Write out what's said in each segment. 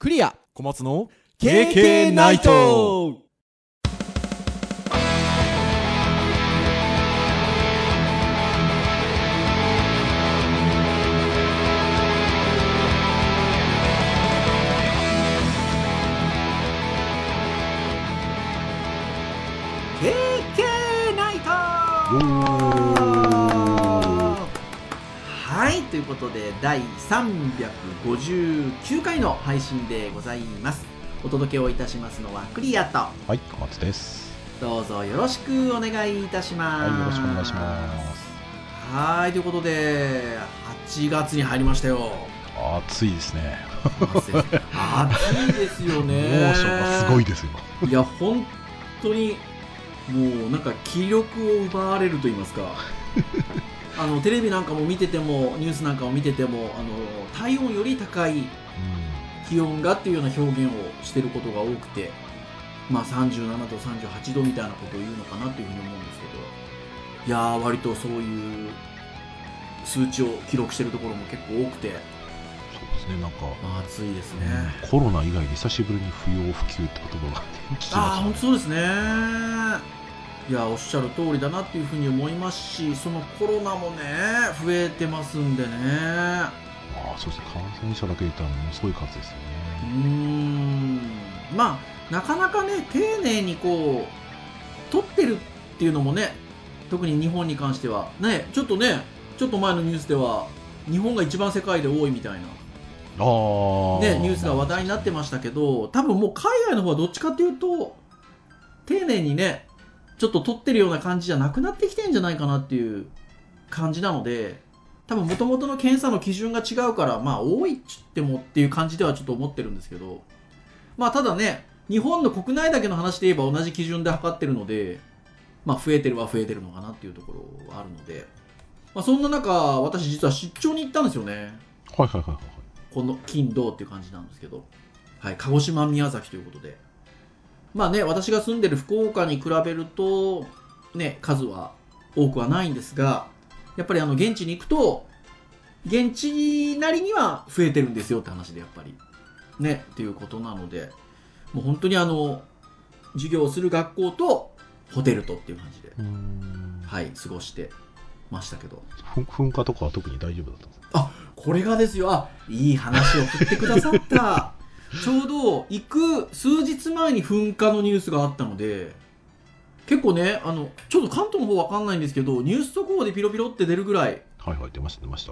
クリア小松の KK ナイト。 はい、ということで第359回の配信でございます。お届けをいたしますのはクリアと、 はい、小松です。 どうぞよろしくお願いいたします。 はい、よろしくお願いします。 はい、ということで8月に入りましたよ。 暑いですね。 暑いですよね。 猛暑がすごいですよ。 いや、本当にもうなんか気力を奪われると言いますかテレビなんかも見ててもニュースなんかも見てても体温より高い気温がっていうような表現をしてることが多くて、まあ37度38度みたいなことを言うのかなというふうに思うんですけど、いやー割とそういう数値を記録してるところも結構多くて、 そうですね、なんか暑いですね、 コロナ以外に久しぶりに不要不急って言葉が聞きましたね。 本当そうですね。いや、おっしゃる通りだなっていうふうに思いますし、そのコロナもね増えてますんでね。 そうですね、感染者だけで言ったらものすごい数ですよね。 まあなかなかね丁寧にこう取ってるっていうのもね、特に日本に関してはね、ちょっと前のニュースでは日本が一番世界で多いみたいなニュースが話題になってましたけど、多分もう海外の方はどっちかっていうと丁寧にねちょっと取ってるような感じじゃなくなってきてんじゃないかなっていう感じなので、多分元々の検査の基準が違うから、まあ多いっつってもっていう感じではちょっと思ってるんですけど、まあただね、日本の国内だけの話で言えば同じ基準で測ってるので、まあ増えてるは増えてるのかなっていうところはあるので、まあそんな中私実は出張に行ったんですよね。 はい。この金土っていう感じなんですけど、はい、鹿児島宮崎ということで、まあね、私が住んでる福岡に比べるとね数は多くはないんですが、やっぱり現地に行くと現地なりには増えてるんですよって話で、やっぱりねっていうことなので、もう本当に授業をする学校とホテルとっていう感じで、はい、過ごしてましたけど、 噴火とかは特に大丈夫だったんですか？ これがですよ。いい話を振ってくださったちょうど行く数日前に噴火のニュースがあったので、結構ねちょっと関東の方わかんないんですけど、ニュース速報でピロピロって出るぐらい、 はい、出ました。 出ました。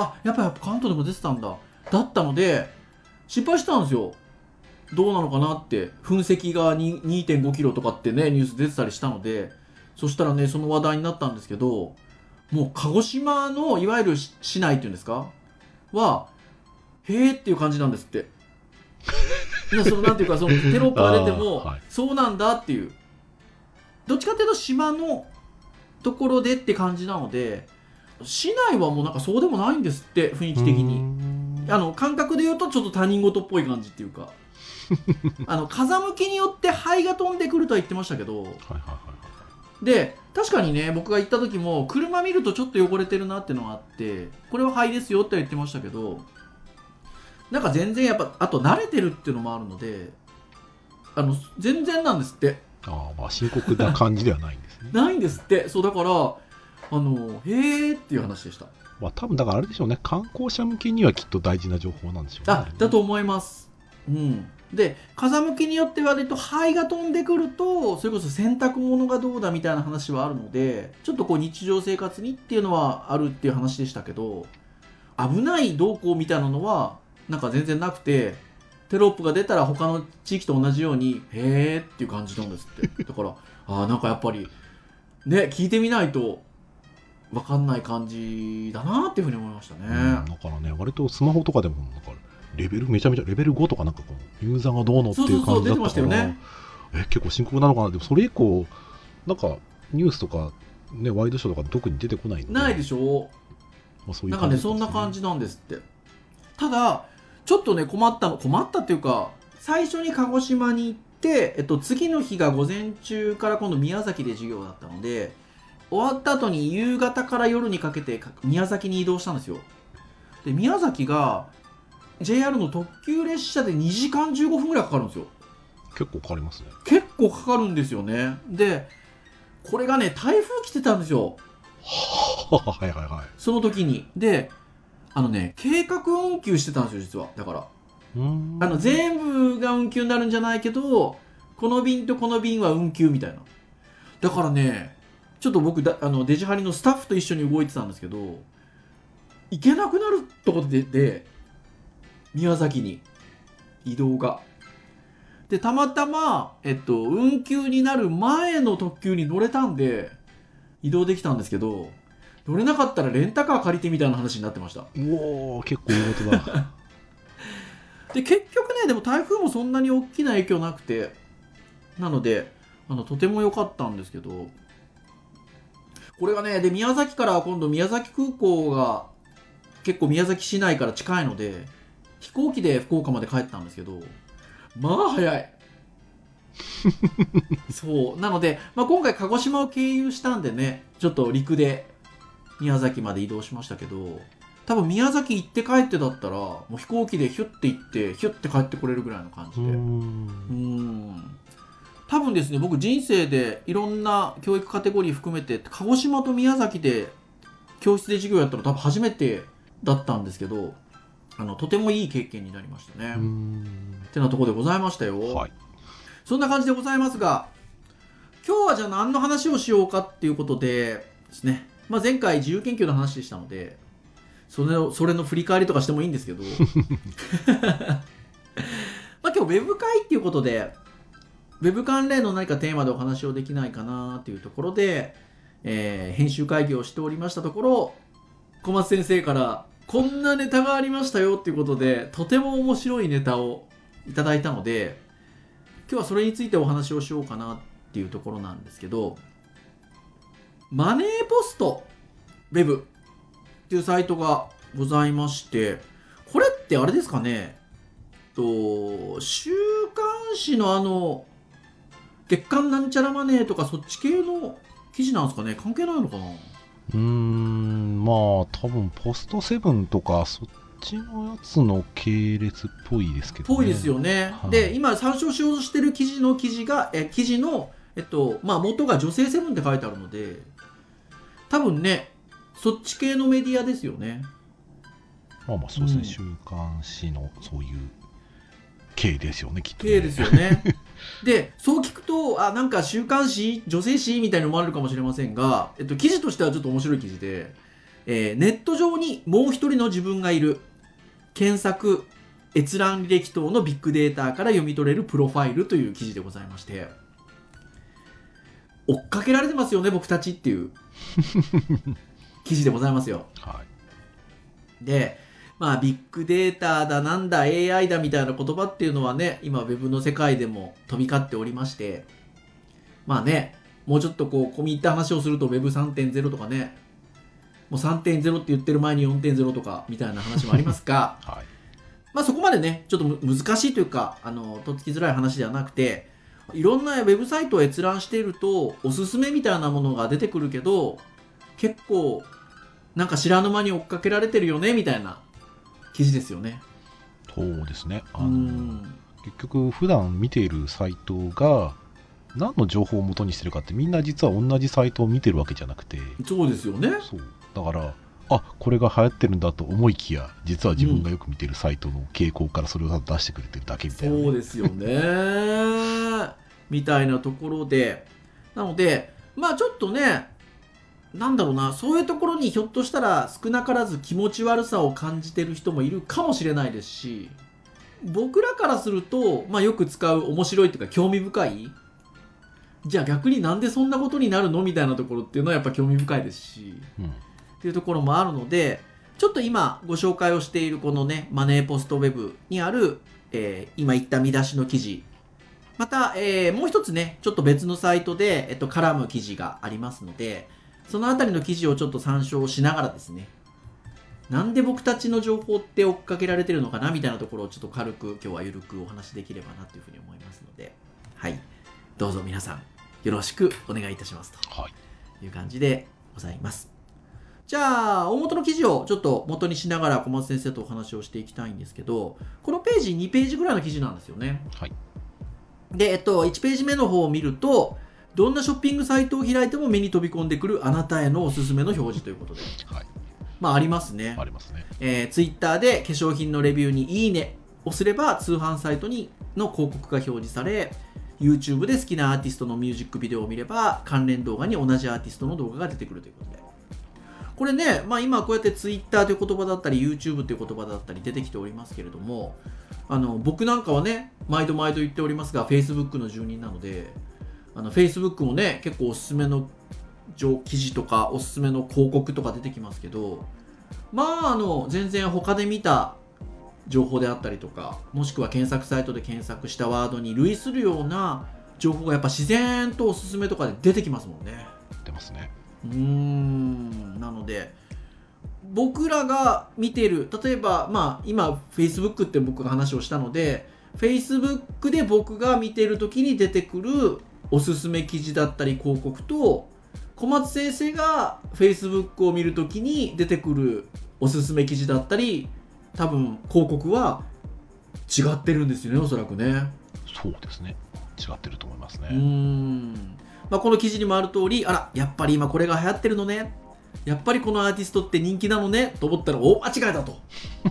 やっぱ関東でも出てたんだったので心配したんですよ。どうなのかなって。噴石が 2.5 キロとかってねニュース出てたりしたので、そしたらねその話題になったんですけど、もう鹿児島のいわゆる市内っていうんですかはへーっていう感じなんですって。なんていうか、そのテロップが出ても、はい、そうなんだっていう、どっちかっていうと島のところでって感じなので、市内はもうなんかそうでもないんですって、雰囲気的に。感覚で言うとちょっと他人事っぽい感じっていうか風向きによって灰が飛んでくるとは言ってましたけど、で確かにね、僕が行った時も車見るとちょっと汚れてるなっていうのがあって、これは灰ですよって言ってましたけど、なんか全然やっぱあと慣れてるっていうのもあるので、全然なんですって。 まあ深刻な感じではないんですねないんですって。そうだからへーっていう話でした。 まあ多分だからあれでしょうね、観光者向けにはきっと大事な情報なんでしょうね。 だと思います。で風向きによって割と灰が飛んでくると、それこそ洗濯物がどうだみたいな話はあるので、ちょっとこう日常生活にっていうのはあるっていう話でしたけど、危ない動向みたいなのはなんか全然なくて、テロップが出たら他の地域と同じようにへーっていう感じなんですって。だからなんかやっぱりね聞いてみないと分かんない感じだなっていうふうに思いましたね。 だからね、割とスマホとかでもなんかレベルめちゃめちゃレベル5とかなんかこうユーザーがどうのっていう感じだったから、ね、結構深刻なのかな。でもそれ以降なんかニュースとかね、ワイドショーとか特に出てこないんで。 ないでしょ。 そういうなんかね、そんな感じなんですって。ただちょっとね困ったっていうか、最初に鹿児島に行って、次の日が午前中から今度宮崎で授業だったので、終わった後に夕方から夜にかけて宮崎に移動したんですよ。で宮崎が JR の特急列車で2時間15分ぐらいかかるんですよ。 結構かかりますね。 結構かかるんですよね。でこれがね台風来てたんですよ。 はいはいはい。 その時にで計画運休してたんですよ実は。だから全部が運休になるんじゃないけどこの便とこの便は運休みたいな。だからねちょっと僕デジハリのスタッフと一緒に動いてたんですけど行けなくなるところで宮崎に移動がでたまたま、運休になる前の特急に乗れたんで移動できたんですけど乗れなかったらレンタカー借りてみたいな話になってました。 うおー結構大事だ。 で結局ねでも台風もそんなに大きな影響なくてなのでとても良かったんですけどこれがねで宮崎から今度宮崎空港が結構宮崎市内から近いので飛行機で福岡まで帰ったんですけどまあ早いそうなので、今回鹿児島を経由したんでねちょっと陸で宮崎まで移動しましたけど多分宮崎行って帰ってだったらもう飛行機でヒュッて行ってヒュッて帰ってこれるぐらいの感じで多分ですね僕人生でいろんな教育カテゴリー含めて鹿児島と宮崎で教室で授業やったの多分初めてだったんですけどとてもいい経験になりましたねってなところでございましたよ、はい、そんな感じでございますが今日はじゃあ何の話をしようかっていうことでですね、前回自由研究の話でしたのでそれの振り返りとかしてもいいんですけど今日ウェブ会っていうことでウェブ関連の何かテーマでお話をできないかなっていうところで、編集会議をしておりましたところ小松先生からこんなネタがありましたよっていうことでとても面白いネタをいただいたので今日はそれについてお話をしようかなっていうところなんですけどマネーポストウェブっていうサイトがございましてこれってあれですかね週刊誌の月刊なんちゃらマネーとかそっち系の記事なんですかね関係ないのかな多分ポストセブンとかそっちのやつの系列っぽいですけどね。 ぽいですよね、はい、で今参照しようとしてる記事の元が女性セブンって書いてあるので多分ねそっち系のメディアですよね。 そうですね、週刊誌のそういう系ですよねきっとね。 系ですよねでそう聞くとなんか週刊誌女性誌みたいに思われるかもしれませんが、記事としてはちょっと面白い記事で、ネット上にもう一人の自分がいる検索閲覧履歴等のビッグデータから読み取れるプロファイルという記事でございまして追っかけられてますよね僕たちっていう記事でございますよ、 はい、 でビッグデータだなんだ AI だみたいな言葉っていうのはね今ウェブの世界でも飛び交っておりましてもうちょっと込み入った話をすると Web3.0 とかねもう 3.0 って言ってる前に 4.0 とかみたいな話もありますが、 はい、 そこまでねちょっと難しいというかとっつきづらい話ではなくていろんなウェブサイトを閲覧しているとおすすめみたいなものが出てくるけど結構なんか知らぬ間に追っかけられてるよねみたいな記事ですよね。 そうですね結局普段見ているサイトが何の情報を元にしてるかってみんな実は同じサイトを見てるわけじゃなくてそうですよね。 そうだからこれが流行ってるんだと思いきや実は自分がよく見てるサイトの傾向からそれを出してくれてるだけみたいな、 そうですよねみたいなところでなのでちょっとねそういうところにひょっとしたら少なからず気持ち悪さを感じてる人もいるかもしれないですし僕らからすると、よく使う面白いというか興味深いじゃあ逆になんでそんなことになるのみたいなところっていうのはやっぱ興味深いですし、っていうところもあるのでちょっと今ご紹介をしているこのねマネーポストウェブにある、今言った見出しの記事また、もう一つねちょっと別のサイトで、絡む記事がありますのでそのあたりの記事をちょっと参照しながらですねなんで僕たちの情報って追っかけられてるのかなみたいなところをちょっと軽く今日はゆるくお話しできればなというふうに思いますのではいどうぞ皆さんよろしくお願いいたしますという感じでございます。 じゃあ大元の記事をちょっと元にしながら小松先生とお話をしていきたいんですけど、このページ2ページぐらいの記事なんですよね。 はい。 で、1ページ目の方を見ると、どんなショッピングサイトを開いても目に飛び込んでくるあなたへのおすすめの表示ということで、 はい。 まあありますね。 ありますね。 ツイッターで化粧品のレビューにいいねをすれば通販サイトにの広告が表示され、 YouTube で好きなアーティストのミュージックビデオを見れば関連動画に同じアーティストの動画が出てくるということで、これね、まあ、今こうやってツイッターという言葉だったり YouTube という言葉だったり出てきておりますけれども、僕なんかはね毎度言っておりますが Facebook の住人なので、Facebook もね結構おすすめの記事とかおすすめの広告とか出てきますけど、まあ全然他で見た情報であったりとか、もしくは検索サイトで検索したワードに類するような情報がやっぱ自然とおすすめとかで出てきますもんね。 出ますね。 なので僕らが見てる、例えばまあ今 Facebook って僕が話をしたので Facebook で僕が見てる時に出てくるおすすめ記事だったり広告と、小松先生が Facebook を見る時に出てくるおすすめ記事だったり多分広告は違ってるんですよね、おそらくね。 そうですね。違ってると思いますね。 まあ、この記事にもある通り、あらやっぱり今これが流行ってるのね、やっぱりこのアーティストって人気なのねと思ったら大間違いだと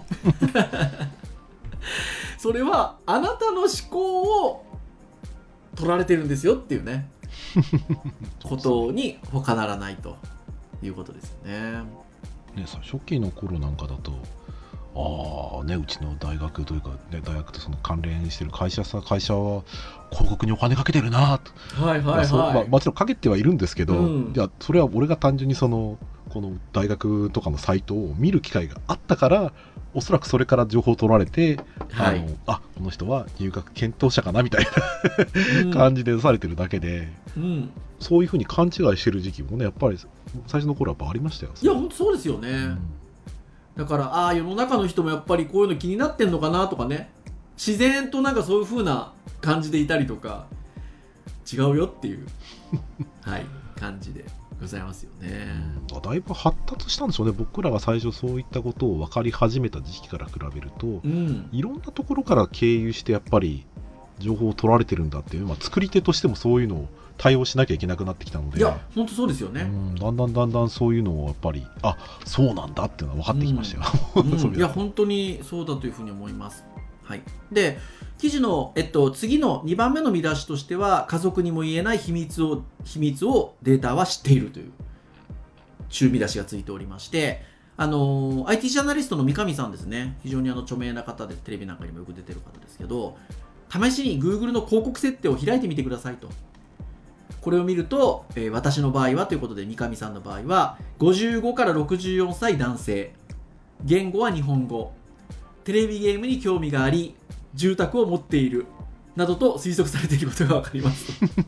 それはあなたの思考を取られてるんですよっていうねことに他ならないということですよね。 ね、初期の頃なんかだとうちの大学というか、ね、大学とその関連してる会社は広告にお金かけてるなと、もちろんかけてはいるんですけど、じゃあそれは俺が単純にこの大学とかのサイトを見る機会があったから、おそらくそれから情報を取られて、この人は入学検討者かなみたいな感じで出されてるだけで、そういうふうに勘違いしてる時期もね、やっぱり最初の頃はやっぱありましたよ。 いや本当そうですよね。だから世の中の人もやっぱりこういうの気になってんのかなとかね、自然となんかそういう風な感じでいたりとか、違うよっていう感じでございますよね。 だいぶ発達したんでしょうね。僕らが最初そういったことを分かり始めた時期から比べると、いろんなところから経由してやっぱり情報を取られてるんだっていう、作り手としてもそういうのを対応しなきゃいけなくなってきたので、 いや本当そうですよね。 だんだんそういうのをやっぱりそうなんだっていうのは分かってきましたよ。 いや本当にそうだというふうに思います。で記事の、次の2番目の見出しとしては、家族にも言えない秘密をデータは知っているという中見出しがついておりまして、IT ジャーナリストの三上さんですね、非常に著名な方でテレビなんかにもよく出てる方ですけど、試しに Google の広告設定を開いてみてくださいと。これを見ると、私の場合はということで、三上さんの場合は55から64歳男性、言語は日本語、テレビゲームに興味があり住宅を持っているなどと推測されていることが分かります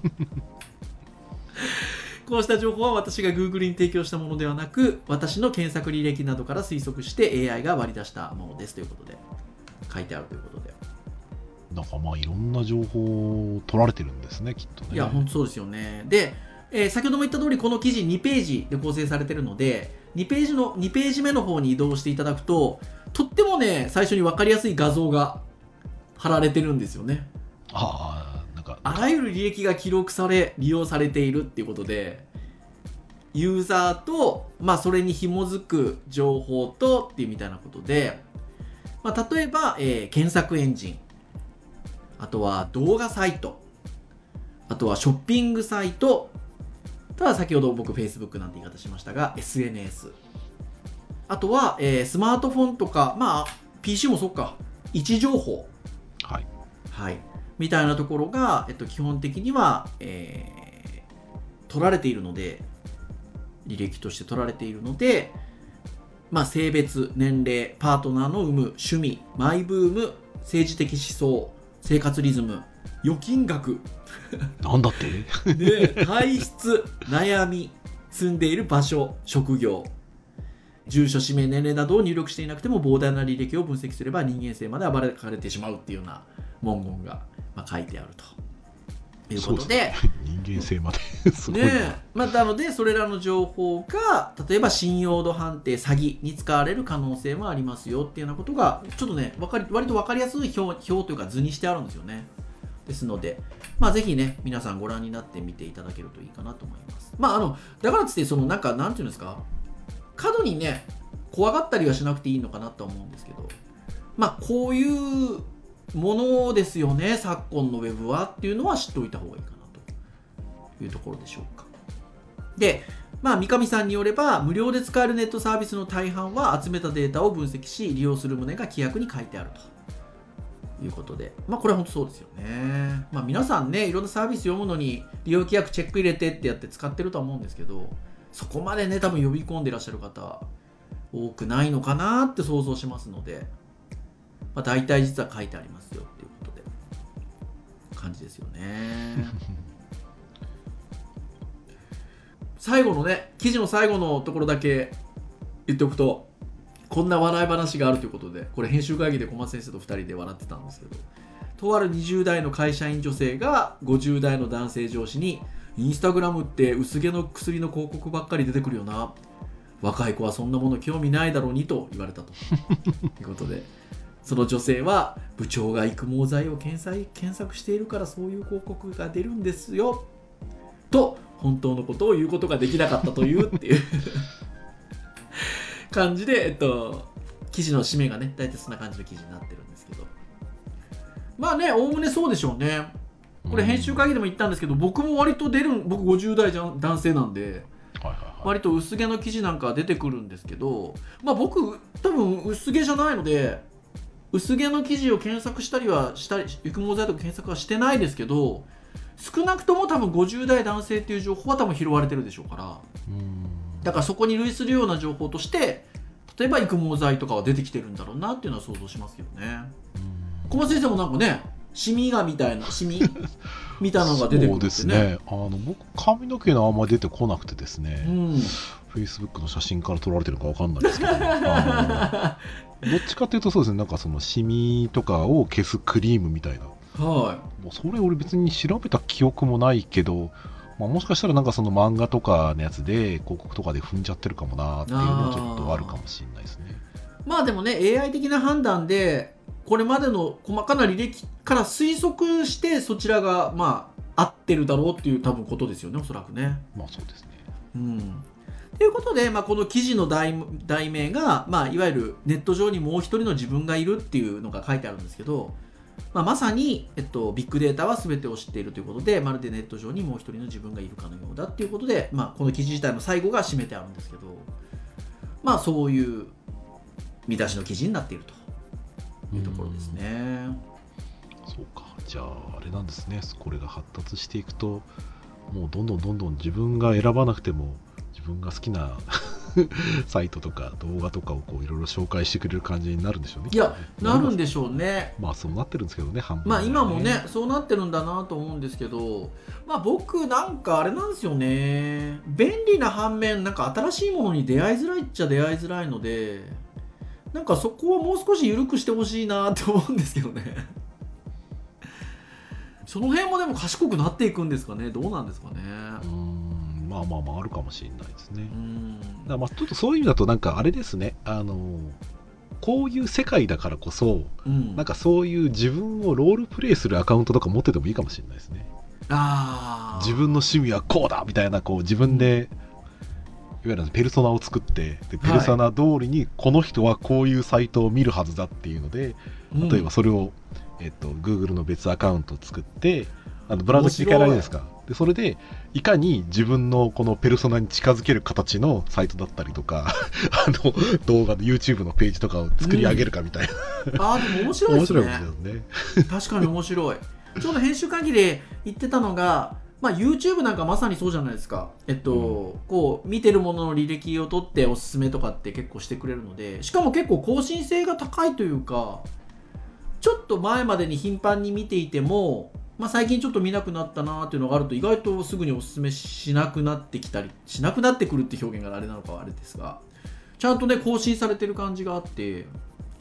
こうした情報は私が Google に提供したものではなく、私の検索履歴などから推測して AI が割り出したものですということで書いてあるということで、 なんかいろんな情報を取られてるんですね、きっとね。 いや本当そうですよね。で、先ほども言った通りこの記事2ページで構成されているので、2ページ目の方に移動していただくと、とってもね最初に分かりやすい画像が貼られてるんですよね。あらゆる履歴が記録され利用されているっていうことで、ユーザーと、それに紐づく情報とっていうみたいなことで、例えば、検索エンジン、あとは動画サイト、あとはショッピングサイト、ただ先ほど僕 Facebook なんて言い方しましたが SNS、 あとは、スマートフォンとか、PC もそっか、位置情報、みたいなところが、基本的には、取られているので、履歴として取られているので、性別、年齢、パートナーの有無、趣味、マイブーム、政治的思想、生活リズム、預金額なんだってで、体質、悩み、住んでいる場所、職業、住所、氏名、年齢などを入力していなくても膨大な履歴を分析すれば人間性まで暴かれてしまうっていうような文言が書いてあると。 いうことで、 人間性まですごいな、 ね、またでそれらの情報が例えば信用度判定詐欺に使われる可能性もありますよっていうようなことがちょっとね割と分かりやすい表というか図にしてあるんですよね。ですので、ぜひね皆さんご覧になってみていただけるといいかなと思います。だからつってなんていうんですか、過度にね怖がったりはしなくていいのかなと思うんですけど、こういうものですよね昨今のウェブはっていうのは知っておいた方がいいかなというところでしょうか。で、三上さんによれば無料で使えるネットサービスの大半は集めたデータを分析し利用する旨が規約に書いてあるということで、これは本当そうですよね。皆さんねいろんなサービス読むのに利用規約チェック入れてってやって使ってるとは思うんですけど、そこまでね多分呼び込んでいらっしゃる方多くないのかなって想像しますので、大体実は書いてありますよっていうことで感じですよね。最後のね記事の最後のところだけ言っておくと、こんな笑い話があるということで、これ編集会議で小松先生と2人で笑ってたんですけど、とある20代の会社員女性が50代の男性上司にインスタグラムって薄毛の薬の広告ばっかり出てくるよな、若い子はそんなもの興味ないだろうにと言われたということで、その女性は部長が育毛剤を検索しているからそういう広告が出るんですよと本当のことを言うことができなかったというっていう感じで、記事の締めがね大体そんな感じの記事になってるんですけど、おおむねそうでしょうね。これ編集会議でも言ったんですけど、僕も割と僕50代男性なんで、割と薄毛の記事なんか出てくるんですけど、僕多分薄毛じゃないので薄毛の記事を検索したり育毛剤とか検索はしてないですけど、少なくとも多分50代男性っていう情報は多分拾われてるでしょうから、だからそこに類するような情報として例えば育毛剤とかは出てきてるんだろうなっていうのは想像しますけどね。小松先生もなんかねシミみたいなのが出てくるってね。そうですね、 僕髪の毛のあんまり出てこなくてですね、Facebook の写真から撮られてるのか分かんないですけど、どっちかというとそうですね、なんかそのシミとかを消すクリームみたいな、もうそれ俺別に調べた記憶もないけど、もしかしたらなんかその漫画とかのやつで広告とかで踏んじゃってるかもなっていうのはちょっとあるかもしれないですね。 でもね AI 的な判断でこれまでの細かな履歴から推測してそちらが合ってるだろうっていう多分ことですよね、おそらくね。 そうですね。 ということで、この記事の題名が、いわゆるネット上にもう一人の自分がいるっていうのが書いてあるんですけど、まさに、ビッグデータは全てを知っているということで、まるでネット上にもう一人の自分がいるかのようだっていうことで、この記事自体の最後が締めてあるんですけど、そういう見出しの記事になっているというところですね。 そうか、じゃああれなんですね、これが発達していくともうどんどん自分が選ばなくても自分が好きなサイトとか動画とかをこういろいろ紹介してくれる感じになるんでしょうね。 いや、なるんでしょうね。 そうなってるんですけどね、半分ね。 今もねそうなってるんだなと思うんですけど、僕なんかあれなんですよね、便利な反面なんか新しいものに出会いづらいっちゃ出会いづらいので、なんかそこをもう少し緩くしてほしいなって思うんですけどね。その辺もでも賢くなっていくんですかね、どうなんですかね。 あるかもしれないですね。だからちょっとそういう意味だとなんかあれですね、こういう世界だからこそ、なんかそういう自分をロールプレイするアカウントとか持っててもいいかもしれないですね。自分の趣味はこうだみたいな、こう自分でいわゆるペルソナを作って、でペルソナ通りにこの人はこういうサイトを見るはずだっていうので、例えばそれを、Google の別アカウントを作ってブラウザ切り替えられるんですか。でそれでいかに自分のこのペルソナに近づける形のサイトだったりとか動画の YouTube のページとかを作り上げるかみたいな、 でも面白いですね。 面白いですね。 確かに面白い。ちょうど編集会議で言ってたのが、YouTube なんかまさにそうじゃないですか。こう見てるものの履歴を取っておすすめとかって結構してくれるので、しかも結構更新性が高いというか、ちょっと前までに頻繁に見ていても、最近ちょっと見なくなったなっていうのがあると意外とすぐにおすすめしなくなってきたりしなくなってくるって表現があれなのかはあれですが、ちゃんとね更新されてる感じがあって、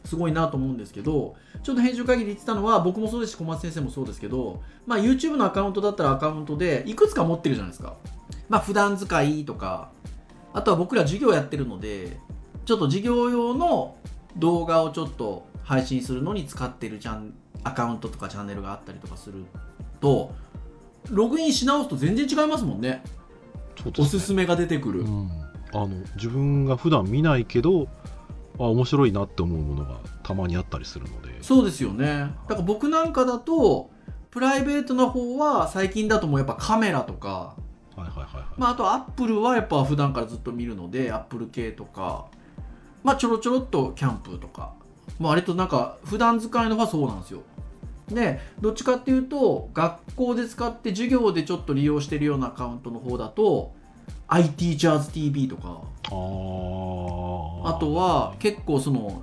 すごいなと思うんですけど、ちょっと編集会議で言ってたのは、僕もそうですし小松先生もそうですけど、YouTube のアカウントだったらアカウントでいくつか持ってるじゃないですか。普段使いとか、あとは僕ら授業やってるので、ちょっと授業用の動画をちょっと配信するのに使ってるアカウントとかチャンネルがあったりとかすると、ログインし直すと全然違いますもんね。 そうですね、 おすすめが出てくる、 自分が普段見ないけど面白いなって思うものがたまにあったりするので。 そうですよね。だから僕なんかだとプライベートな方は最近だともうやっぱカメラとか、あとアップルはやっぱ普段からずっと見るのでアップル系とか、ちょろちょろっとキャンプとか、割となんか普段使いのがそうなんですよ。でどっちかっていうと学校で使って授業でちょっと利用してるようなアカウントの方だと iTeachers.tv とか、あとは結構その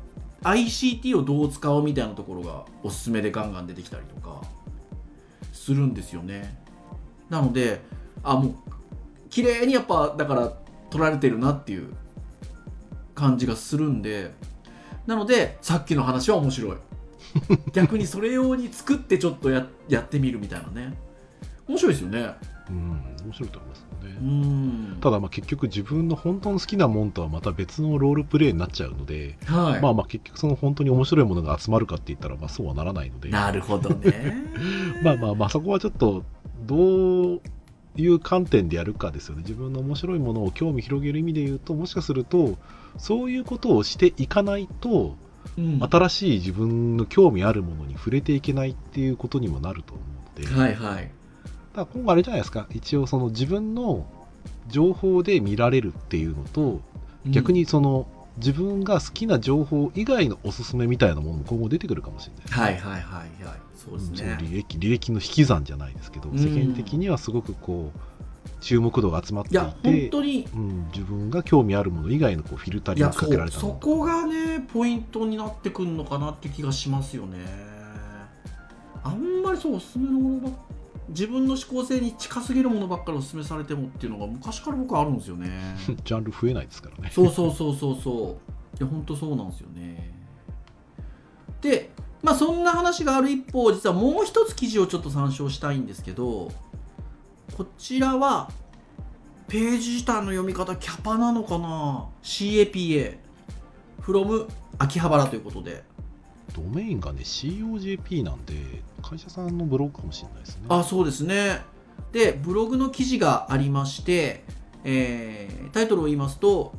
ICT をどう使うみたいなところがおすすめでガンガン出てきたりとかするんですよね。なのでもう綺麗にやっぱだから撮られてるなっていう感じがするんで、なのでさっきの話は面白い逆にそれ用に作ってちょっと やってみるみたいなね、面白いですよね。 面白いと思いますよね。ただ結局自分の本当の好きなもんとはまた別のロールプレイになっちゃうので、結局その本当に面白いものが集まるかって言ったらそうはならないので。 なるほどねそこはちょっとどういう観点でやるかですよね。自分の面白いものを興味広げる意味で言うと、もしかするとそういうことをしていかないと、新しい自分の興味あるものに触れていけないっていうことにもなると思うので、だから今後あれじゃないですか、一応その自分の情報で見られるっていうのと、逆にその自分が好きな情報以外のおすすめみたいなものも今後出てくるかもしれないですね。 そうですね。 履歴の引き算じゃないですけど、世間的にはすごくこう注目度が集まっていて、 本当に、 自分が興味あるもの以外のこうフィルタリングかけられたもの、 そこがねポイントになってくるのかなって気がしますよね。あんまりおすすめのものば自分の思考性に近すぎるものばっかりおすすめされてもっていうのが昔から僕はあるんですよねジャンル増えないですからね。 そういや本当そうなんですよね。でそんな話がある一方、実はもう一つ記事をちょっと参照したいんですけど、こちらはページ自体の読み方キャパなのかな、 CAPA from 秋葉原ということで、 ドメインがね COJP なんで会社さんのブログかもしれないですね。 そうですね。でブログの記事がありまして、タイトルを言いますと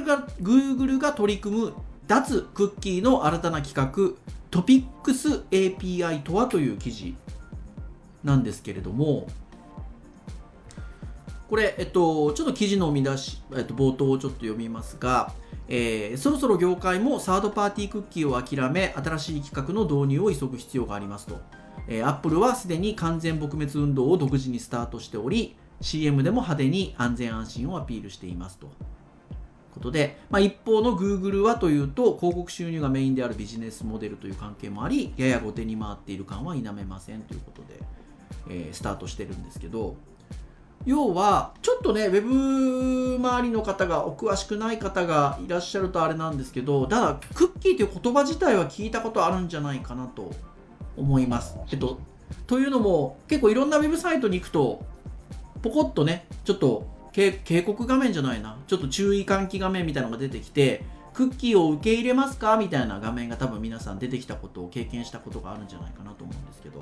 Google が取り組む脱クッキーの新たな企画トピックス API とはという記事なんですけれども、これ、ちょっと記事の見出し、冒頭をちょっと読みますが、そろそろ業界もサードパーティークッキーを諦め新しい企画の導入を急ぐ必要がありますと。Apple はすでに完全撲滅運動を独自にスタートしており CM でも派手に安全安心をアピールしていますということで、一方の Google はというと広告収入がメインであるビジネスモデルという関係もありやや後手に回っている感は否めませんということで、スタートしてるんですけど、要はちょっとねウェブ周りの方がお詳しくない方がいらっしゃるとあれなんですけど、ただクッキーという言葉自体は聞いたことあるんじゃないかなと思います。というのも結構いろんなウェブサイトに行くとポコッとねちょっと警告画面じゃないな、ちょっと注意喚起画面みたいなのが出てきて、クッキーを受け入れますかみたいな画面が多分皆さん出てきたことを経験したことがあるんじゃないかなと思うんですけど、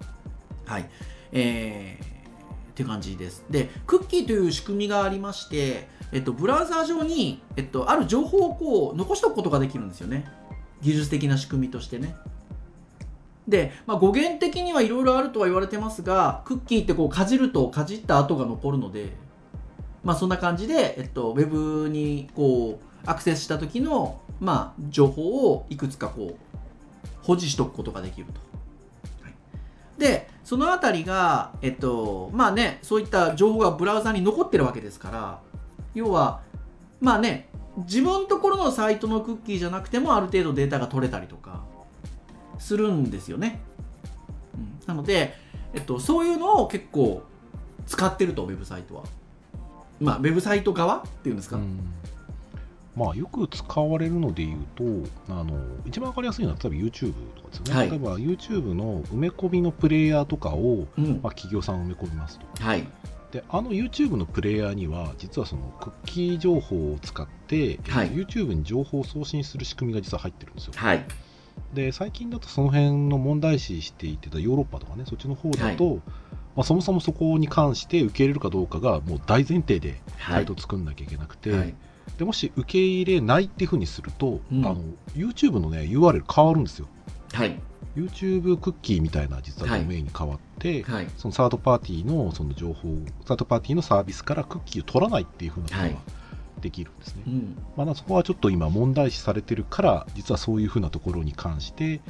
って感じです。でクッキーという仕組みがありまして、ブラウザー上に、ある情報をこう残しておくことができるんですよね、技術的な仕組みとしてね。で、語源的にはいろいろあるとは言われてますが、クッキーってこうかじるとかじった跡が残るので、そんな感じで、ウェブにこうアクセスした時の、情報をいくつかこう保持しておくことができると。でそのあたりが、そういった情報がブラウザに残ってるわけですから、要は自分のところのサイトのクッキーじゃなくてもある程度データが取れたりとかするんですよね。なので、そういうのを結構使ってるとウェブサイトは、ウェブサイト側っていうんですか、 まあ、よく使われるので言うと、一番わかりやすいのは例えば YouTube とかですよね、 はい、 例えば YouTube の埋め込みのプレイヤーとかを、企業さん埋め込みますと、 はい、 でYouTube のプレイヤーには実はそのクッキー情報を使って、 はい、 YouTube に情報を送信する仕組みが実は入ってるんですよ。 はい、 で最近だとその辺の問題視していてたヨーロッパとかね、そっちの方だと、そもそもそこに関して受け入れるかどうかがもう大前提でサイトを作んなきゃいけなくて、でもし受け入れないっていうふうにすると、YouTube のね URL 変わるんですよ。はい、YouTube クッキーみたいな実はドメインに変わって、そのサードパーティーのその情報、サードパーティーのサービスからクッキーを取らないっていうふうなことができるんですね。そこはちょっと今問題視されてるから、実はそういうふうなところに関して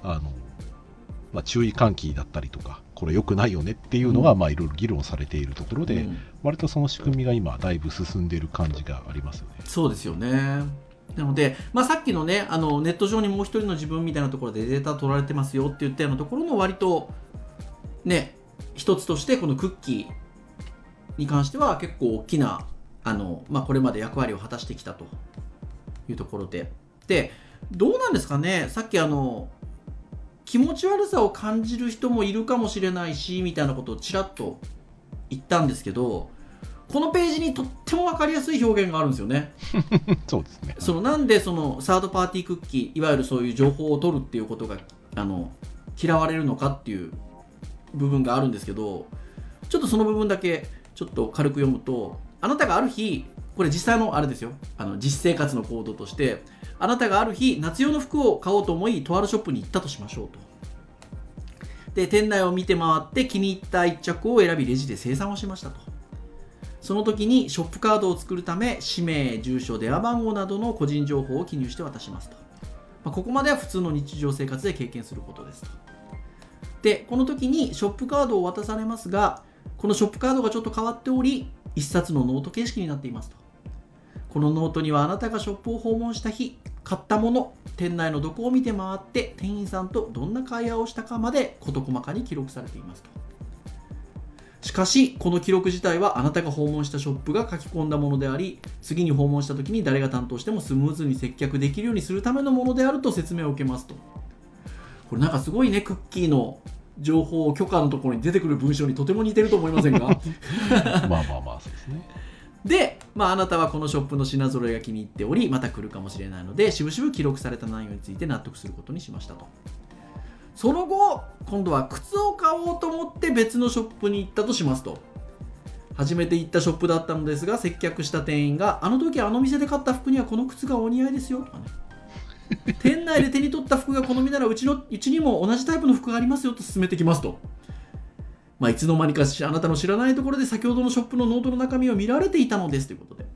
注意喚起だったりとか、これ良くないよねっていうのがいろいろ議論されているところで、割とその仕組みが今だいぶ進んでいる感じがありますよね。 そうですよね。なので、さっきのね、ネット上にもう一人の自分みたいなところでデータ取られてますよって言ったようなところの割とね、一つとしてこのクッキーに関しては結構大きなこれまで役割を果たしてきたというところで、どうなんですかね、さっき気持ち悪さを感じる人もいるかもしれないしみたいなことをちらっと言ったんですけど、このページにとっても分かりやすい表現があるんですよね。 そうですね。 なんでそのサードパーティークッキー、いわゆるそういう情報を取るっていうことが嫌われるのかっていう部分があるんですけど、ちょっとその部分だけちょっと軽く読むと、あなたがある日、これ実際のあれですよ、実生活の行動として、あなたがある日夏用の服を買おうと思いとあるショップに行ったとしましょうと。で店内を見て回って気に入った一着を選びレジで精算をしましたと。その時にショップカードを作るため氏名、住所、電話番号などの個人情報を記入して渡しますと。ここまでは普通の日常生活で経験することですと。でこの時にショップカードを渡されますが、このショップカードがちょっと変わっており、一冊のノート形式になっていますと。このノートにはあなたがショップを訪問した日、買ったもの、店内のどこを見て回って店員さんとどんな会話をしたかまで事細かに記録されていますと。しかしこの記録自体はあなたが訪問したショップが書き込んだものであり、次に訪問した時に誰が担当してもスムーズに接客できるようにするためのものであると説明を受けますと。これなんかすごいね、クッキーの情報許可のところに出てくる文章にとても似てると思いませんか？ まあそうですね。 で、あなたはこのショップの品揃えが気に入っており、また来るかもしれないので、しぶしぶ記録された内容について納得することにしましたと。その後、今度は靴を買おうと思って別のショップに行ったとしますと。初めて行ったショップだったのですが、接客した店員が、あの時あの店で買った服にはこの靴がお似合いですよとかね。店内で手に取った服が好みならうちにも同じタイプの服がありますよと勧めてきますと。いつの間にかあなたの知らないところで先ほどのショップのノートの中身を見られていたのですと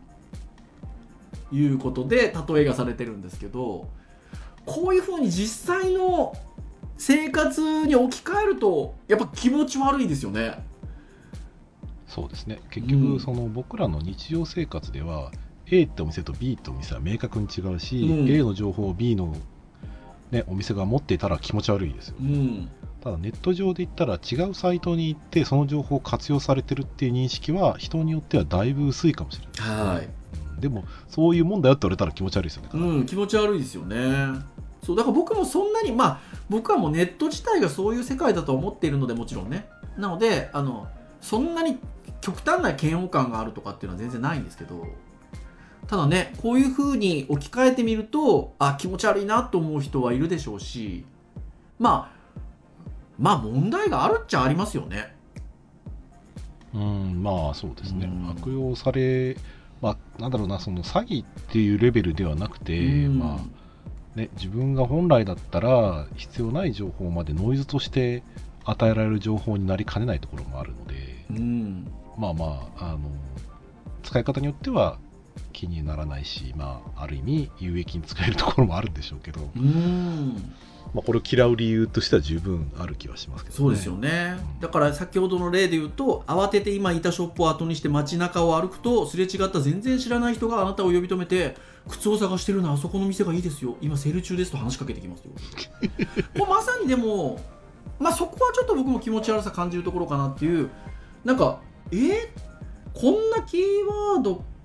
いうことで例えがされてるんですけど、こういうふうに実際の生活に置き換えるとやっぱ気持ち悪いですよね。 そうですね。結局その僕らの日常生活では A ってお店と B ってお店は明確に違うし、A の情報を B の、お店が持っていたら気持ち悪いですよね。ただネット上で言ったら違うサイトに行ってその情報を活用されてるっていう認識は人によってはだいぶ薄いかもしれないですね。でもそういうもんだよって言われたら気持ち悪いですよね。 気持ち悪いですよね。そうだから僕もそんなに僕はもうネット自体がそういう世界だと思っているので、もちろんね、なのでそんなに極端な嫌悪感があるとかっていうのは全然ないんですけど、ただね、こういう風に置き換えてみると気持ち悪いなと思う人はいるでしょうし、問題があるっちゃありますよね。 そうですね。悪用され、なんだろうな、その詐欺っていうレベルではなくて、自分が本来だったら必要ない情報までノイズとして与えられる情報になりかねないところもあるので、使い方によっては気にならないし、ある意味有益に使えるところもあるんでしょうけど、これを嫌う理由としては十分ある気はしますけどね。 そうですよね。だから先ほどの例で言うと、慌てて今いたショップを後にして街中を歩くと、すれ違った全然知らない人があなたを呼び止めて、靴を探してるのあそこの店がいいですよ、今セール中ですと話しかけてきますよ。これまさにでも、そこはちょっと僕も気持ち悪さ感じるところかなっていう、こんなキーワード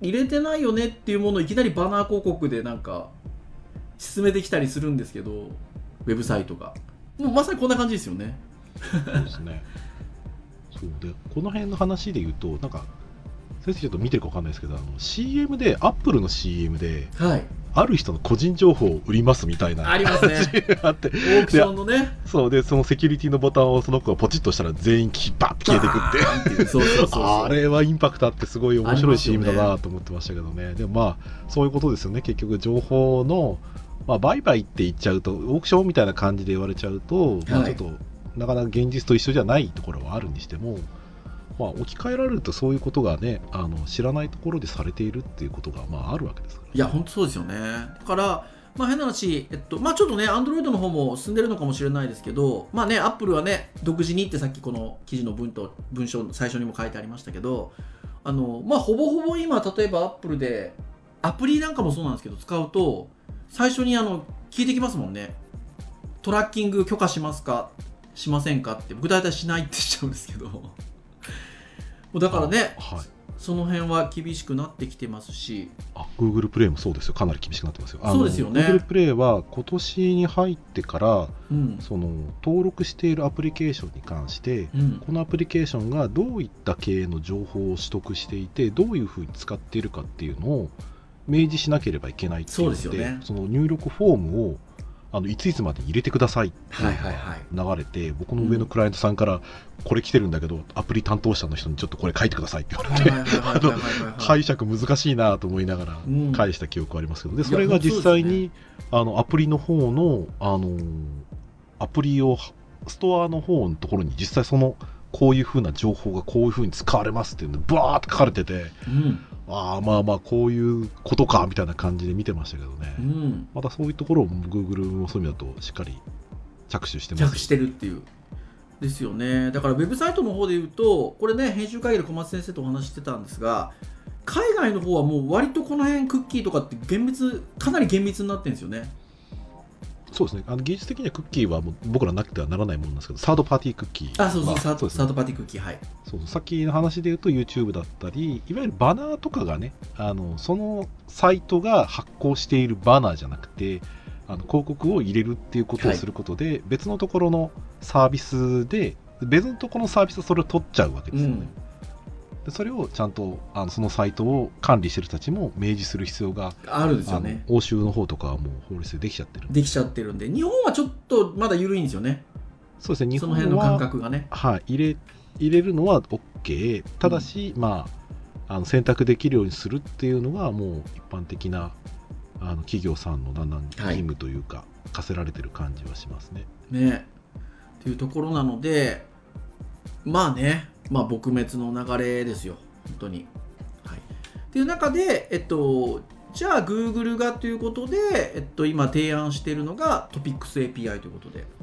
入れてないよねっていうものをいきなりバナー広告でなんか進めてきたりするんですけど、ウェブサイトがもうまさにこんな感じですよね。 そうですね。そうで、この辺の話で言うと、なんか先生ちょっと見てるか分かんないですけど、CM で、アップルの CM で、 はい、 ある人の個人情報を売りますみたいなありますね。 あって、 オークションのね。 そうで、そのセキュリティのボタンをその子がポチッとしたら全員バッて消えていくって、 そうそうそうそう、 あれはインパクトあってすごい面白い CM だなと思ってましたけどね。でもまあそういうことですよね。結局情報の、まあ、売買って言っちゃうと、オークションみたいな感じで言われちゃうと、まあ、ちょっとなかなか現実と一緒じゃないところはあるにしても、まあ、置き換えられるとそういうことがね、知らないところでされているっていうことがまああるわけですから、ね。 いや本当そうですよね。だから、まあ、変な話、まあ、ちょっとね Android の方も進んでるのかもしれないですけど、まあね、Apple はね独自にってさっきこの記事の文章の最初にも書いてありましたけど、まあ、ほぼほぼ今例えば Apple でアプリなんかもそうなんですけど使うと最初に聞いてきますもんね。トラッキング許可しますかしませんかって。僕大体しないって言っちゃうんですけどもうだからね、はい、その辺は厳しくなってきてますし、 Google プレイもそうですよ。かなり厳しくなってますよ。 そうですよね。 Google プレイは今年に入ってから、その登録しているアプリケーションに関して、このアプリケーションがどういった系の情報を取得していてどういうふうに使っているかっていうのを明示しなければいけないっていうのそうですよね。 その入力フォームをいついつまでに入れてくださいっていうのが流れて、僕の上のクライアントさんからこれ来てるんだけど、アプリ担当者の人にちょっとこれ書いてくださいって言われて、解釈難しいなと思いながら返した記憶はありますけど、でそれが実際にアプリの方のアプリをストアの方のところに実際そのこういう風な情報がこういう風に使われますっていうのがバーって書かれてて、まあまあこういうことかみたいな感じで見てましたけどね、またそういうところを Google もそういう意味だとしっかり着手してます。 着手してるっていうですよね。だからウェブサイトの方で言うと、これね編集会議で小松先生とお話してたんですが、海外の方はもう割とこの辺クッキーとかってかなり厳密になってるんですよね。 そうですね。技術的にはクッキーはもう僕らなくてはならないものなんですけど、サードパーティークッキー。 そうそう、サードパーティークッキー、はい。 そう、さっきの話で言うと YouTube だったり、いわゆるバナーとかがね、そのサイトが発行しているバナーじゃなくて、広告を入れるっていうことをすることで、別のところのサービスで、別のところのサービスはそれを取っちゃうわけですよね。でそれをちゃんとそのサイトを管理してる人たちも明示する必要があるんですよね。 欧州の方とかはもう法律でできちゃってるんで、 日本はちょっとまだ緩いんですよね。 そうですね。日本はその辺の感覚がね、 はい、入れるのは OK。 ただし、まあ選択できるようにするっていうのがもう一般的な企業さんのだんだん義務というか、課せられてる感じはしますね。 ねっていうところなので、まあね、まあ撲滅の流れですよ本当に。はい、っていう中で、じゃあ Google がということで、今提案しているのが Topics API ということで、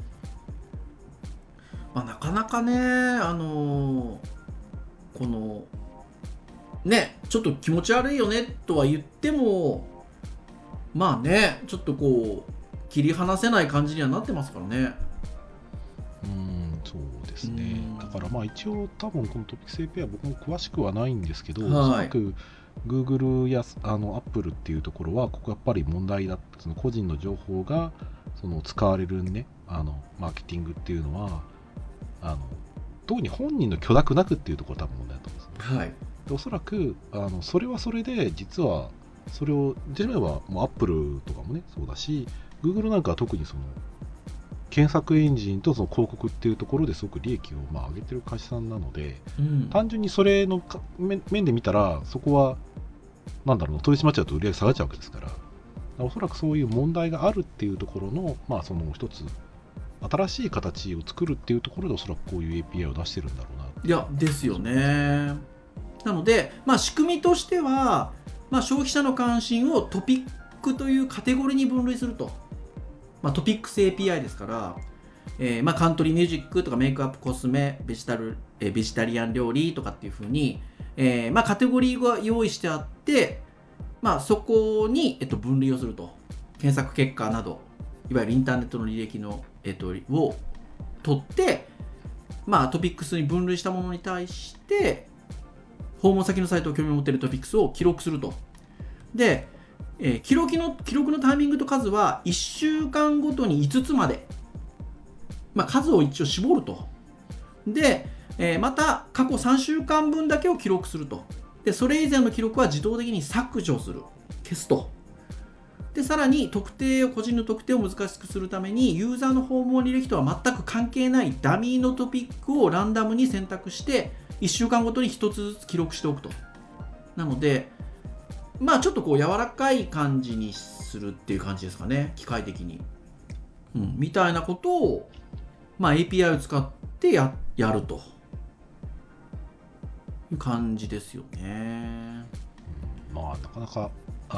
まあ、なかなかね、このねちょっと気持ち悪いよねとは言っても、まあねちょっとこう切り離せない感じにはなってますからね。 そうですね。だからまあ一応多分この Topics API は僕も詳しくはないんですけど、おそらく Google やApple っていうところはここやっぱり問題だった。その個人の情報がその使われるねマーケティングっていうのは特に本人の許諾なくっていうところが多分問題だと思うんですね。でおそらくそれはそれで実はそれを言ってしまえばもう Apple とかもねそうだし Google なんかは特にその検索エンジンとその広告っていうところですごく利益を上げてる会社さんなので、単純にそれの面で見たらそこはなんだろう取り締まっちゃうと売り上げ下がっちゃうわけですから、おそらくそういう問題があるっていうところのその一つ新しい形を作るっていうところでおそらくこういう API を出してるんだろうな。 いやですよね。なので、仕組みとしては、消費者の関心をトピックというカテゴリーに分類すると。トピックス API ですから、カントリーミュージックとかメイクアップコスメベジタリアン料理とかっていう風に、カテゴリーが用意してあって、そこに、分類をすると。検索結果などいわゆるインターネットの履歴の、を取って、トピックスに分類したものに対して、 訪問先のサイトを興味を持っているトピックスを記録すると。で、記録のタイミングと数は1週間ごとに5つまで、数を一応絞ると。で、また過去3週間分だけを記録すると。で、それ以前の記録は自動的に削除する、消すと。で、さらに個人の特定を難しくするためにユーザーの訪問履歴とは全く関係ないダミーのトピックをランダムに選択して1週間ごとに1つずつ記録しておくと。なのでちょっとこう柔らかい感じにするっていう感じですかね、機械的に、みたいなことを、API を使ってやるという感じですよね。 なかなか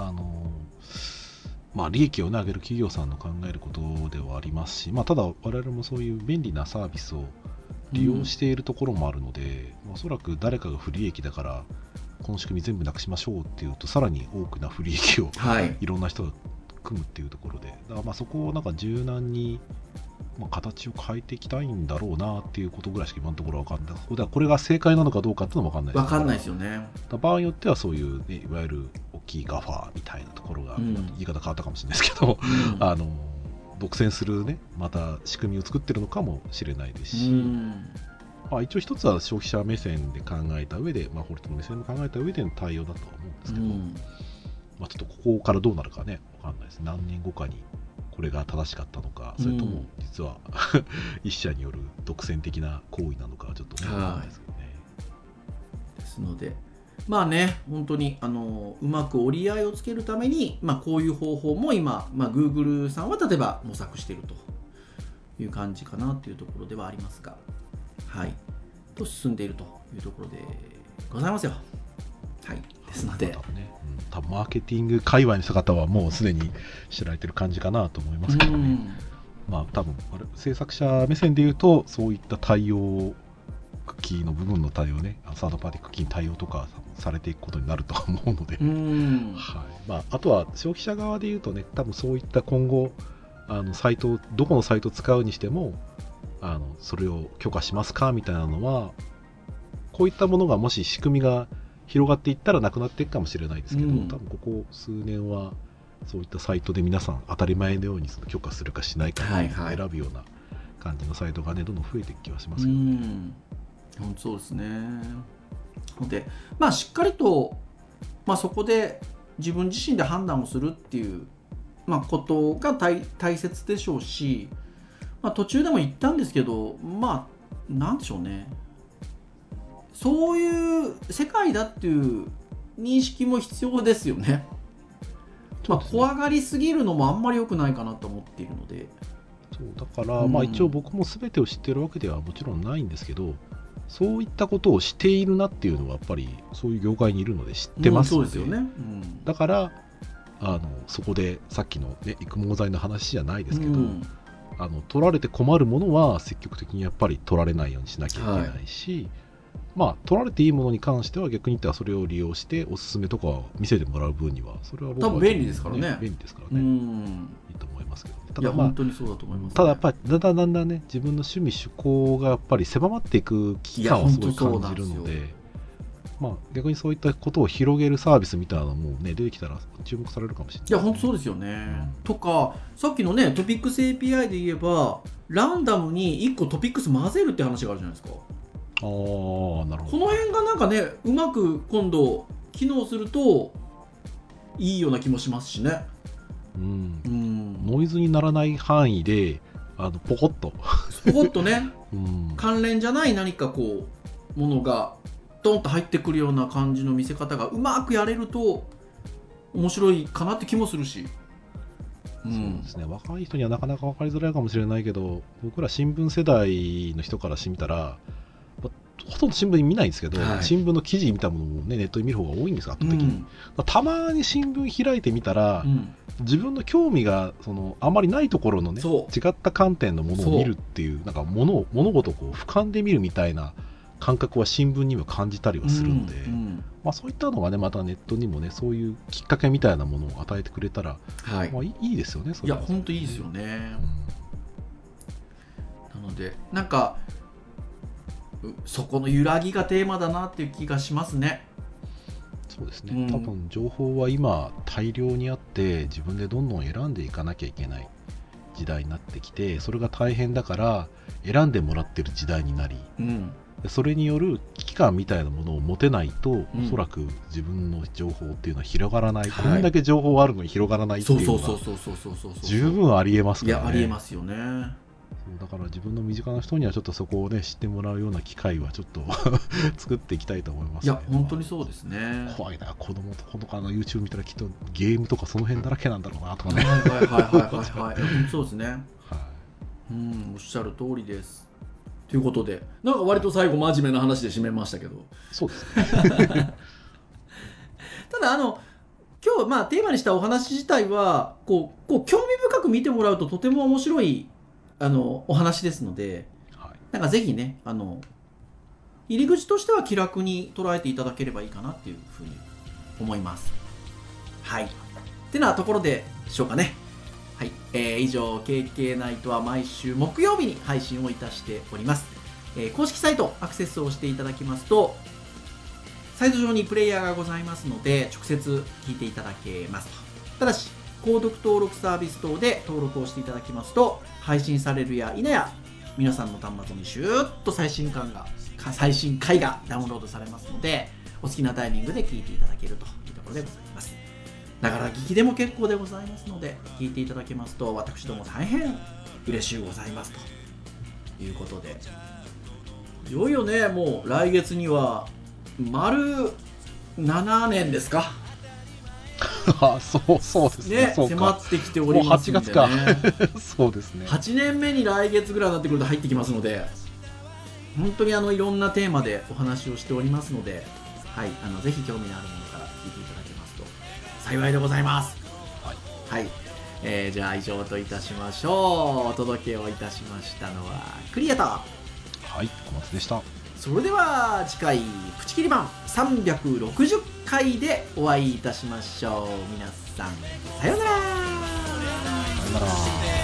利益を上げる企業さんの考えることではありますし、ただ我々もそういう便利なサービスを利用しているところもあるので、おそらく誰かが不利益だからこの仕組み全部なくしましょうっていうと、さらに多くな不利益をいろんな人が組むっていうところで、だからそこを柔軟に形を変えていきたいんだろうなっていうことぐらいしか今のところ分かんない。これが正解なのかどうかっていうのも分かんないです。 分かんないですよね。 場合によってはそういう、いわゆる大きいガファーみたいなところが、言い方変わったかもしれないですけど、独占するまた仕組みを作ってるのかもしれないですし、一応一つは消費者目線で考えた上で、法律の目線で考えた上での対応だとは思うんですけど、ちょっとここからどうなるかね分かんないです。何年後かにこれが正しかったのか、それとも実は一社による独占的な行為なのかちょっと分かんないですけどね。 ですので本当にうまく折り合いをつけるために、こういう方法も今、Google さんは例えば模索しているという感じかなというところではありますが、と進んでいるというところでございますよ。ですので、 多分マーケティング界隈の人方はもうすでに知られてる感じかなと思いますけどね。多分制作者目線でいうとそういった対応、クッキーの部分の対応ね、サードパーティークッキーの対応とかされていくことになるとは思うので、あとは消費者側でいうとね、多分そういった今後サイト、どこのサイトを使うにしてもそれを許可しますかみたいなのは、こういったものがもし仕組みが広がっていったらなくなっていくかもしれないですけど、多分ここ数年はそういったサイトで皆さん当たり前のようにその許可するかしないか選ぶような感じのサイトがねどんどん増えていく気はしますけどね。 本当そうですね。で、しっかりと、そこで自分自身で判断をするっていう、ことが大切でしょうし、途中でも言ったんですけど、なんでしょうね、そういう世界だっていう認識も必要ですよね。怖がりすぎるのもあんまり良くないかなと思っているので。 そうだから、一応僕も全てを知ってるわけではもちろんないんですけど、そういったことをしているなっていうのはやっぱりそういう業界にいるので知ってますので、 そうですよね。 だからそこでさっきの、育毛剤の話じゃないですけど、取られて困るものは積極的にやっぱり取られないようにしなきゃいけないし、取られていいものに関しては逆に言ったらそれを利用しておすすめとかを見せてもらう分にはそれは僕は多分便利ですからね。 便利ですからね。いいと思いますけど、 ただ本当にそうだと思います、 ただやっぱりだんだんね自分の趣味趣向がやっぱり狭まっていく危機感をすごい感じるので、逆にそういったことを広げるサービスみたいなのもね出てきたら注目されるかもしれない。 いや本当そうですよね。とかさっきのねトピックス API で言えばランダムに1個トピックス混ぜるって話があるじゃないですか。 なるほど。 この辺がなんかねうまく今度機能するといいような気もしますしね。 ノイズにならない範囲でポコッとね関連じゃない何かこうものがドンと入ってくるような感じの見せ方がうまくやれると面白いかなって気もするし、 そうですね、若い人にはなかなか分かりづらいかもしれないけど、僕ら新聞世代の人からしてみたらほとんど新聞見ないんですけど、新聞の記事見たものも、ネットで見る方が多いんです圧倒的に、たまに新聞開いてみたら、自分の興味があまりないところのね違った観点のものを見るっていうなんか物事をこう俯瞰で見るみたいな感覚は新聞にも感じたりはするので、そういったのがねまたネットにもねそういうきっかけみたいなものを与えてくれたら、いいですよね。それは。いや本当いいですよね。なのでなんかそこの揺らぎがテーマだなっていう気がしますね。 そうですね、 うん多分情報は今大量にあって自分でどんどん選んでいかなきゃいけない時代になってきて、それが大変だから選んでもらってる時代になり、 うんそれによる危機感みたいなものを持てないと、 んおそらく自分の情報っていうのは広がらない、 はいこんだけ情報あるのに広がらないってそういうのがそうそうそうそうそうそう十分ありえますいからね。 やありえますよね。 そうだから自分の身近な人にはちょっとそこをね知ってもらうような機会はちょっと作っていきたいと思いますね。 いや本当にそうですね。 怖いな、子供とかの YouTube 見たらきっとゲームとかその辺だらけなんだろうなとかね。 はいはいはいはいはいはい本当そうですね。 はいうんおっしゃる通りです。ということでなんか割と最後真面目な話で締めましたけど、 そうですね。 ただ今日まあテーマにしたお話自体はこう興味深く見てもらうととても面白いお話ですので、 はい、 なんかぜひね入り口としては気楽に捉えていただければいいかなっていうふうに思います。はいってなところでしょうかね。はい、以上 KK ナイトは毎週木曜日に配信をいたしております。公式サイトアクセスをしていただきますとサイト上にプレイヤーがございますので直接聞いていただけますと。ただし購読登録サービス等で登録をしていただきますと配信されるや否や皆さんの端末にシューッと最新回がダウンロードされますのでお好きなタイミングで聞いていただけるというところでございます。ながら聞きでも結構でございますので聞いていただけますと私ども大変嬉しゅうございますということで、いよいよねもう来月には丸7年ですかあ、そうですね。 ねそうか迫ってきておりますんで、ね、 もう8月か。そうですね。 8年目に来月ぐらいになってくると入ってきますので本当にいろんなテーマでお話をしておりますので、はい、ぜひ興味のあるものから聞いていただけますと幸いでございます。はい、はい、じゃあ以上といたしましょう。お届けをいたしましたのはクリアとはい、小松でした。 それでは次回プチ切り版360回でお会いいたしましょう。皆さんさようなら。 さよなら。